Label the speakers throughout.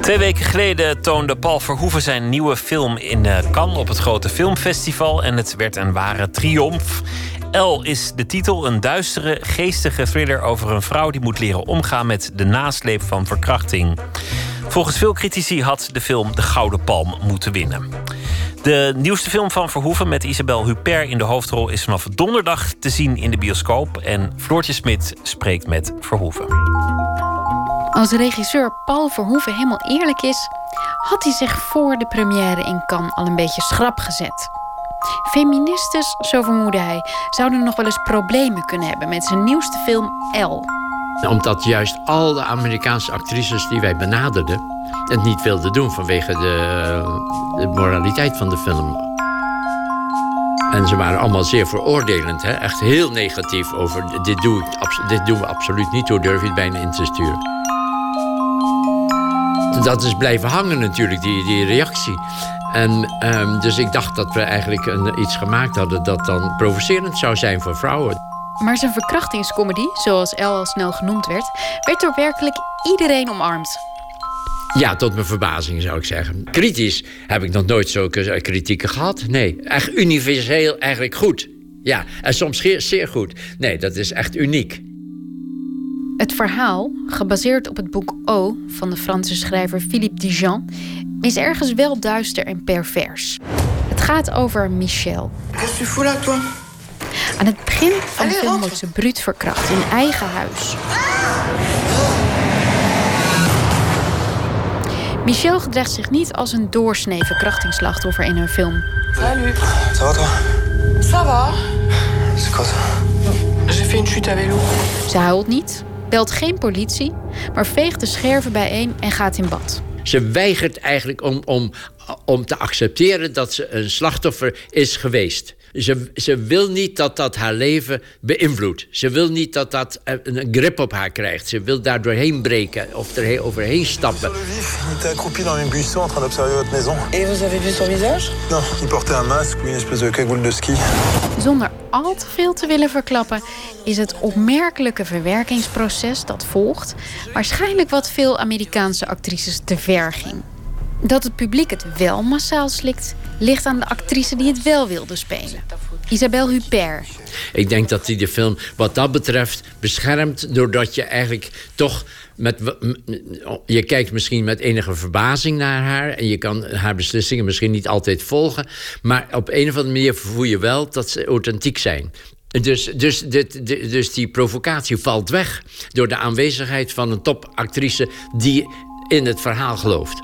Speaker 1: 2 weken geleden toonde Paul Verhoeven zijn nieuwe film in Cannes op het grote filmfestival. En het werd een ware triomf. Elle is de titel, een duistere, geestige thriller over een vrouw die moet leren omgaan met de nasleep van verkrachting. Volgens veel critici had de film de Gouden Palm moeten winnen. De nieuwste film van Verhoeven met Isabelle Huppert in de hoofdrol is vanaf donderdag te zien in de bioscoop. En Floortje Smit spreekt met Verhoeven.
Speaker 2: Als regisseur Paul Verhoeven helemaal eerlijk is, had hij zich voor de première in Cannes al een beetje schrap gezet. Feministes, zo vermoedde hij, zouden nog wel eens problemen kunnen hebben met zijn nieuwste film Elle.
Speaker 3: Omdat juist al de Amerikaanse actrices die wij benaderden het niet wilden doen vanwege de moraliteit van de film. En ze waren allemaal zeer veroordelend, hè? Echt heel negatief over dit doen we absoluut niet, hoe durf je het bijna in te sturen. Dat is blijven hangen natuurlijk, die reactie. En dus ik dacht dat we eigenlijk iets gemaakt hadden dat dan provocerend zou zijn voor vrouwen.
Speaker 2: Maar zijn verkrachtingscomedy, zoals Elle al snel genoemd werd door werkelijk iedereen omarmd.
Speaker 3: Ja, tot mijn verbazing zou ik zeggen. Kritisch heb ik nog nooit zulke kritieken gehad. Nee, echt universeel eigenlijk goed. Ja, en soms zeer goed. Nee, dat is echt uniek.
Speaker 2: Het verhaal, gebaseerd op het boek O van de Franse schrijver Philippe Dijon, is ergens wel duister en pervers. Het gaat over Michel.
Speaker 4: Qu'est-ce que tu fous là, toi?
Speaker 2: Aan het begin van de film wordt ze bruut verkracht in eigen huis. Michel gedraagt zich niet als een doorsnee verkrachtingsslachtoffer in haar film.
Speaker 4: Salut.
Speaker 5: Ça va, toi?
Speaker 4: Ça va.
Speaker 5: C'est quoi ça?
Speaker 4: J'ai fait une chute à vélo.
Speaker 2: Ze huilt niet, belt geen politie, maar veegt de scherven bijeen en gaat in bad.
Speaker 3: Ze weigert eigenlijk om te accepteren dat ze een slachtoffer is geweest. Ze wil niet dat dat haar leven beïnvloedt. Ze wil niet dat dat een grip op haar krijgt. Ze wil daar doorheen breken of er overheen stappen.
Speaker 5: Il était accroupi dans les buissons en train d'observer votre maison.
Speaker 4: Et vous avez vu son visage?
Speaker 5: Non, il portait un masque ou une espèce de cagoule de ski.
Speaker 2: Zonder al te veel te willen verklappen, is het opmerkelijke verwerkingsproces dat volgt waarschijnlijk wat veel Amerikaanse actrices te ver ging. Dat het publiek het wel massaal slikt, ligt aan de actrice die het wel wilde spelen. Isabelle Huppert.
Speaker 3: Ik denk dat hij de film wat dat betreft beschermt, doordat je eigenlijk toch je kijkt misschien met enige verbazing naar haar en je kan haar beslissingen misschien niet altijd volgen, maar op een of andere manier voel je wel dat ze authentiek zijn. Dus die provocatie valt weg door de aanwezigheid van een topactrice die in het verhaal gelooft.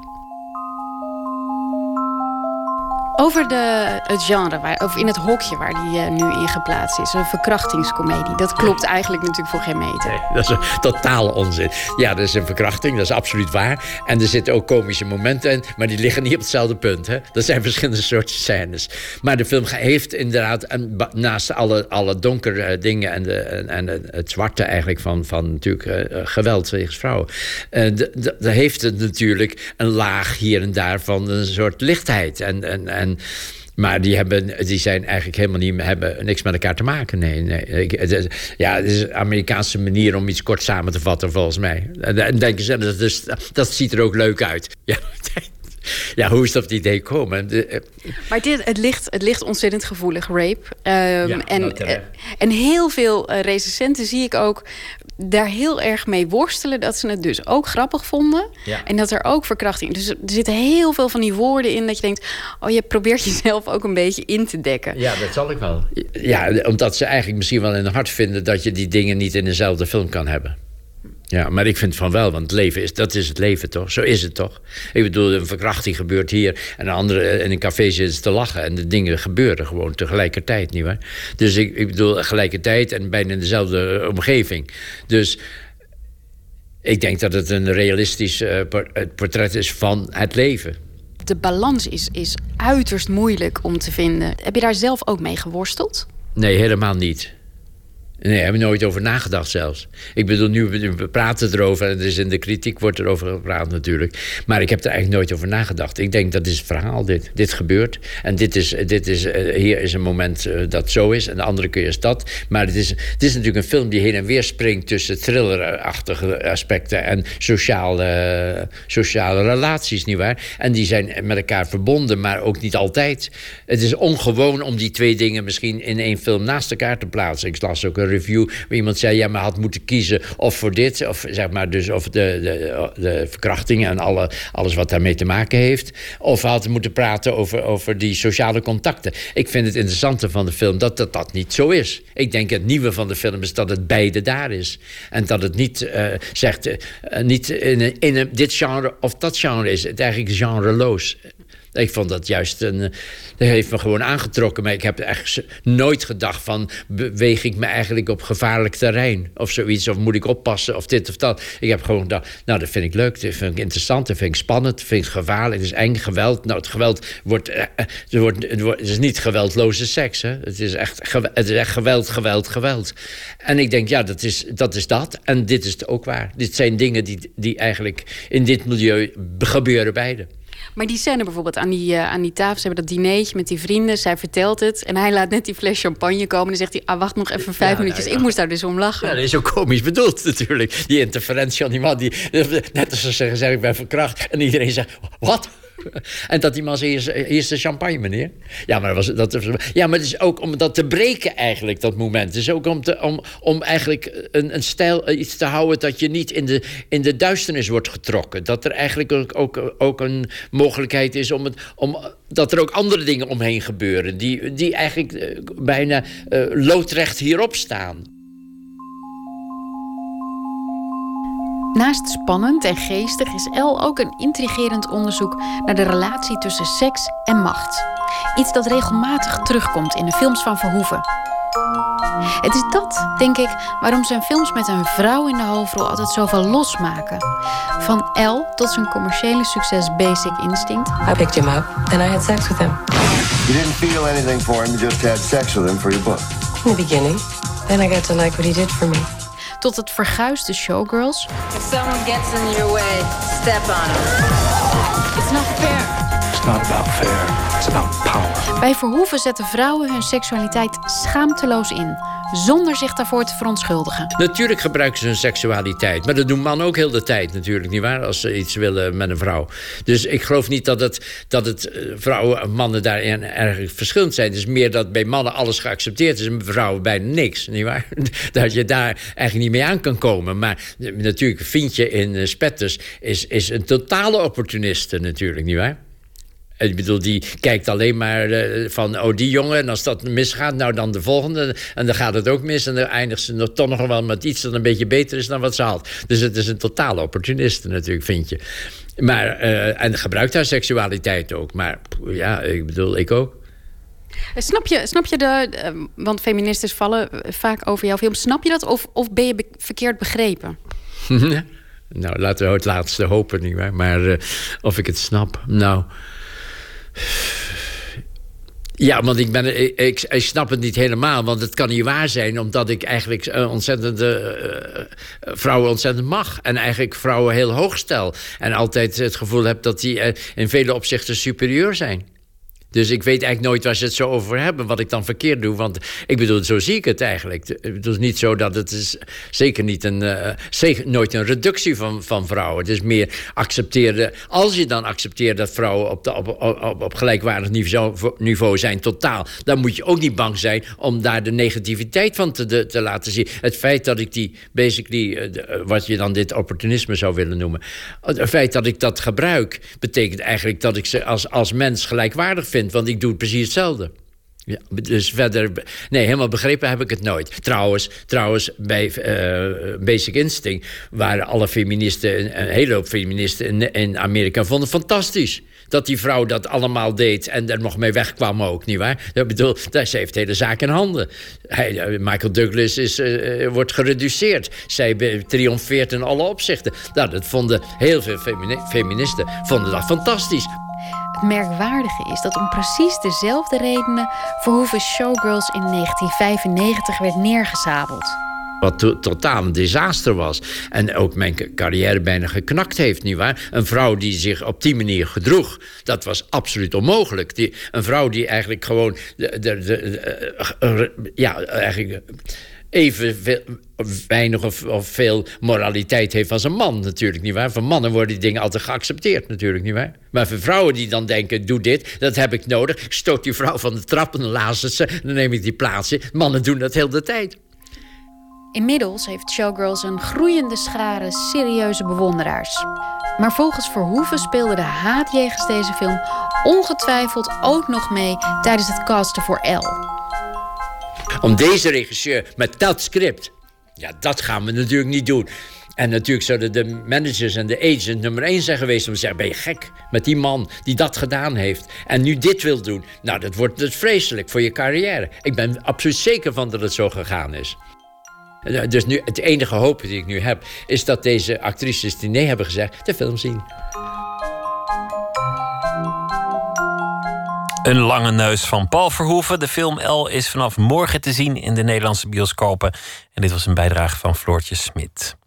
Speaker 2: Over het genre, of in het hokje waar die nu in geplaatst is. Een verkrachtingscomedie. Dat klopt eigenlijk natuurlijk voor geen meter.
Speaker 3: Nee, dat is een totale onzin. Ja, dat is een verkrachting, dat is absoluut waar. En er zitten ook komische momenten in, maar die liggen niet op hetzelfde punt. Hè? Dat zijn verschillende soorten scènes. Maar de film heeft inderdaad, naast alle donkere dingen en het zwarte eigenlijk van natuurlijk geweld tegen vrouwen, heeft het natuurlijk een laag hier en daar van een soort lichtheid. Maar die zijn eigenlijk helemaal niet, hebben niks met elkaar te maken. Nee. Het is een Amerikaanse manier om iets kort samen te vatten, volgens mij. En denken ze, dat ziet er ook leuk uit. Ja, hoe is dat op het idee komen?
Speaker 2: Maar het ligt ontzettend gevoelig, rape. En heel veel recensenten zie ik ook daar heel erg mee worstelen, dat ze het dus ook grappig vonden. Ja. En dat er ook verkrachting. Dus er zitten heel veel van die woorden in dat je denkt, je probeert jezelf ook een beetje in te dekken.
Speaker 3: Ja, dat zal ik wel. Ja, omdat ze eigenlijk misschien wel in hun hart vinden dat je die dingen niet in dezelfde film kan hebben. Ja, maar ik vind van wel, want dat is het leven toch? Zo is het toch? Ik bedoel, een verkrachting gebeurt hier en een andere in een café zitten te lachen en de dingen gebeuren gewoon tegelijkertijd, nietwaar? Dus ik bedoel, tegelijkertijd en bijna in dezelfde omgeving. Dus ik denk dat het een realistisch portret is van het leven.
Speaker 2: De balans is uiterst moeilijk om te vinden. Heb je daar zelf ook mee geworsteld?
Speaker 3: Nee, helemaal niet. Nee, hebben we nooit over nagedacht zelfs. Ik bedoel, nu we praten erover en er is in de kritiek wordt erover gepraat natuurlijk. Maar ik heb er eigenlijk nooit over nagedacht. Ik denk, dat is het verhaal, dit gebeurt. En hier is een moment dat zo is en de andere keer is dat. Maar het is natuurlijk een film die heen en weer springt tussen thrillerachtige aspecten en sociale relaties, nietwaar? En die zijn met elkaar verbonden, maar ook niet altijd. Het is ongewoon om die twee dingen misschien in één film naast elkaar te plaatsen. Ik las ook een review waar iemand zei, ja, maar had moeten kiezen of voor dit, of zeg maar dus of de verkrachtingen en alles wat daarmee te maken heeft, of had moeten praten over die sociale contacten. Ik vind het interessante van de film dat niet zo is. Ik denk het nieuwe van de film is dat het beide daar is. En dat het niet zegt, niet in dit genre of dat genre is. Het eigenlijk genreloos. Ik vond dat juist dat heeft me gewoon aangetrokken. Maar ik heb echt nooit gedacht van, beweeg ik me eigenlijk op gevaarlijk terrein? Of zoiets, of moet ik oppassen, of dit of dat. Ik heb gewoon gedacht, nou, dat vind ik leuk, dat vind ik interessant, dat vind ik spannend, dat vind ik gevaarlijk, het is eng, geweld. Nou, het geweld het is niet geweldloze seks, hè. Het is echt geweld. En ik denk, ja, dat is dat. En dit is het ook waar. Dit zijn dingen die eigenlijk in dit milieu gebeuren beide.
Speaker 2: Maar die scène bijvoorbeeld aan die tafel, ze hebben dat dinertje met die vrienden, zij vertelt het en hij laat net die fles champagne komen en dan zegt hij, wacht nog even 5 minuutjes. Nou ja. Ik moest daar dus om lachen.
Speaker 3: Ja, dat is ook komisch bedoeld natuurlijk. Die interferentie van die man, net als ze zeggen, ik ben verkracht en iedereen zegt, wat? En dat die man zei, hier is de champagne, meneer. Ja, maar het is ook om dat te breken eigenlijk, dat moment. Het is ook om eigenlijk een stijl, iets te houden dat je niet in de duisternis wordt getrokken. Dat er eigenlijk ook een mogelijkheid is dat er ook andere dingen omheen gebeuren die eigenlijk bijna loodrecht hierop staan.
Speaker 2: Naast spannend en geestig is Elle ook een intrigerend onderzoek naar de relatie tussen seks en macht. Iets dat regelmatig terugkomt in de films van Verhoeven. Het is dat, denk ik, waarom zijn films met een vrouw in de hoofdrol altijd zoveel losmaken. Van Elle tot zijn commerciële succes Basic Instinct.
Speaker 6: I picked him up and I had sex with him.
Speaker 7: You didn't feel anything for him, you just had sex with him for your book.
Speaker 6: In the beginning. Then I got to like what he did for me.
Speaker 2: Tot het verguisde Showgirls.
Speaker 8: If someone gets in your way, step on him. It's not fair.
Speaker 5: It's not about fair, it's about power.
Speaker 2: Bij Verhoeven zetten vrouwen hun seksualiteit schaamteloos in, zonder zich daarvoor te verontschuldigen.
Speaker 3: Natuurlijk gebruiken ze hun seksualiteit. Maar dat doen mannen ook heel de tijd natuurlijk, nietwaar? Als ze iets willen met een vrouw. Dus ik geloof niet dat het vrouwen en mannen daarin erg verschillend zijn. Het is meer dat bij mannen alles geaccepteerd is en bij vrouwen bijna niks, nietwaar? Dat je daar eigenlijk niet mee aan kan komen. Maar natuurlijk, Fientje in Spetters is een totale opportuniste natuurlijk, nietwaar? Ik bedoel, die kijkt alleen maar van, die jongen, en als dat misgaat, nou dan de volgende. En dan gaat het ook mis en dan eindigt ze toch nog wel met iets dat een beetje beter is dan wat ze had. Dus het is een totale opportuniste natuurlijk, vind je. Maar, en gebruikt haar seksualiteit ook. Maar ja, ik bedoel, ik ook.
Speaker 2: Snap je want feministen vallen vaak over jouw film. Snap je dat of ben je verkeerd begrepen?
Speaker 3: Nou, laten we het laatste hopen, nietwaar? Maar of ik het snap, nou... Ja, want ik snap het niet helemaal, want het kan niet waar zijn, omdat ik eigenlijk vrouwen ontzettend mag. En eigenlijk vrouwen heel hoog stel. En altijd het gevoel heb dat die in vele opzichten superieur zijn. Dus ik weet eigenlijk nooit waar ze het zo over hebben, wat ik dan verkeerd doe. Want ik bedoel, zo zie ik het eigenlijk. Het is niet zo dat het is zeker niet nooit een reductie van vrouwen. Het is meer accepteren. Als je dan accepteert dat vrouwen op gelijkwaardig niveau zijn, totaal, dan moet je ook niet bang zijn om daar de negativiteit van te laten zien. Het feit dat ik die, basically, wat je dan dit opportunisme zou willen noemen, het feit dat ik dat gebruik, betekent eigenlijk dat ik ze als mens gelijkwaardig vind. Want ik doe precies hetzelfde. Ja, dus verder... Nee, helemaal begrepen heb ik het nooit. Trouwens bij Basic Instinct waren alle feministen, een hele hoop feministen in Amerika vonden het fantastisch. Dat die vrouw dat allemaal deed en er nog mee wegkwam ook, nietwaar? Ik bedoel, ze heeft de hele zaak in handen. Michael Douglas wordt gereduceerd. Zij triomfeert in alle opzichten. Nou, dat vonden heel veel feministen vonden dat fantastisch.
Speaker 2: Het merkwaardige is dat om precies dezelfde redenen Verhoeven Showgirls in 1995 werd neergezabeld.
Speaker 3: Wat totaal een disaster was. En ook mijn carrière bijna geknakt heeft, nietwaar? Een vrouw die zich op die manier gedroeg, dat was absoluut onmogelijk. Een vrouw die eigenlijk gewoon eigenlijk even weinig of veel moraliteit heeft als een man, natuurlijk, nietwaar? Voor mannen worden die dingen altijd geaccepteerd, natuurlijk, nietwaar? Maar voor vrouwen die dan denken, doe dit, dat heb ik nodig. Ik stoot die vrouw van de trap en dan lazen ze, dan neem ik die plaats in. Mannen doen dat heel de tijd.
Speaker 2: Inmiddels heeft Showgirls een groeiende schare serieuze bewonderaars. Maar volgens Verhoeven speelde de haat jegens deze film ongetwijfeld ook nog mee tijdens het casten voor Elle.
Speaker 3: Om deze regisseur met dat script, ja, dat gaan we natuurlijk niet doen. En natuurlijk zouden de managers en de agent nummer 1 zijn geweest om te zeggen, ben je gek met die man die dat gedaan heeft en nu dit wil doen. Nou, dat wordt dus vreselijk voor je carrière. Ik ben absoluut zeker van dat het zo gegaan is. Dus nu, het enige hoop die ik nu heb, is dat deze actrices die nee hebben gezegd, de film zien.
Speaker 1: Een lange neus van Paul Verhoeven. De film Elle is vanaf morgen te zien in de Nederlandse bioscopen. En dit was een bijdrage van Floortje Smit.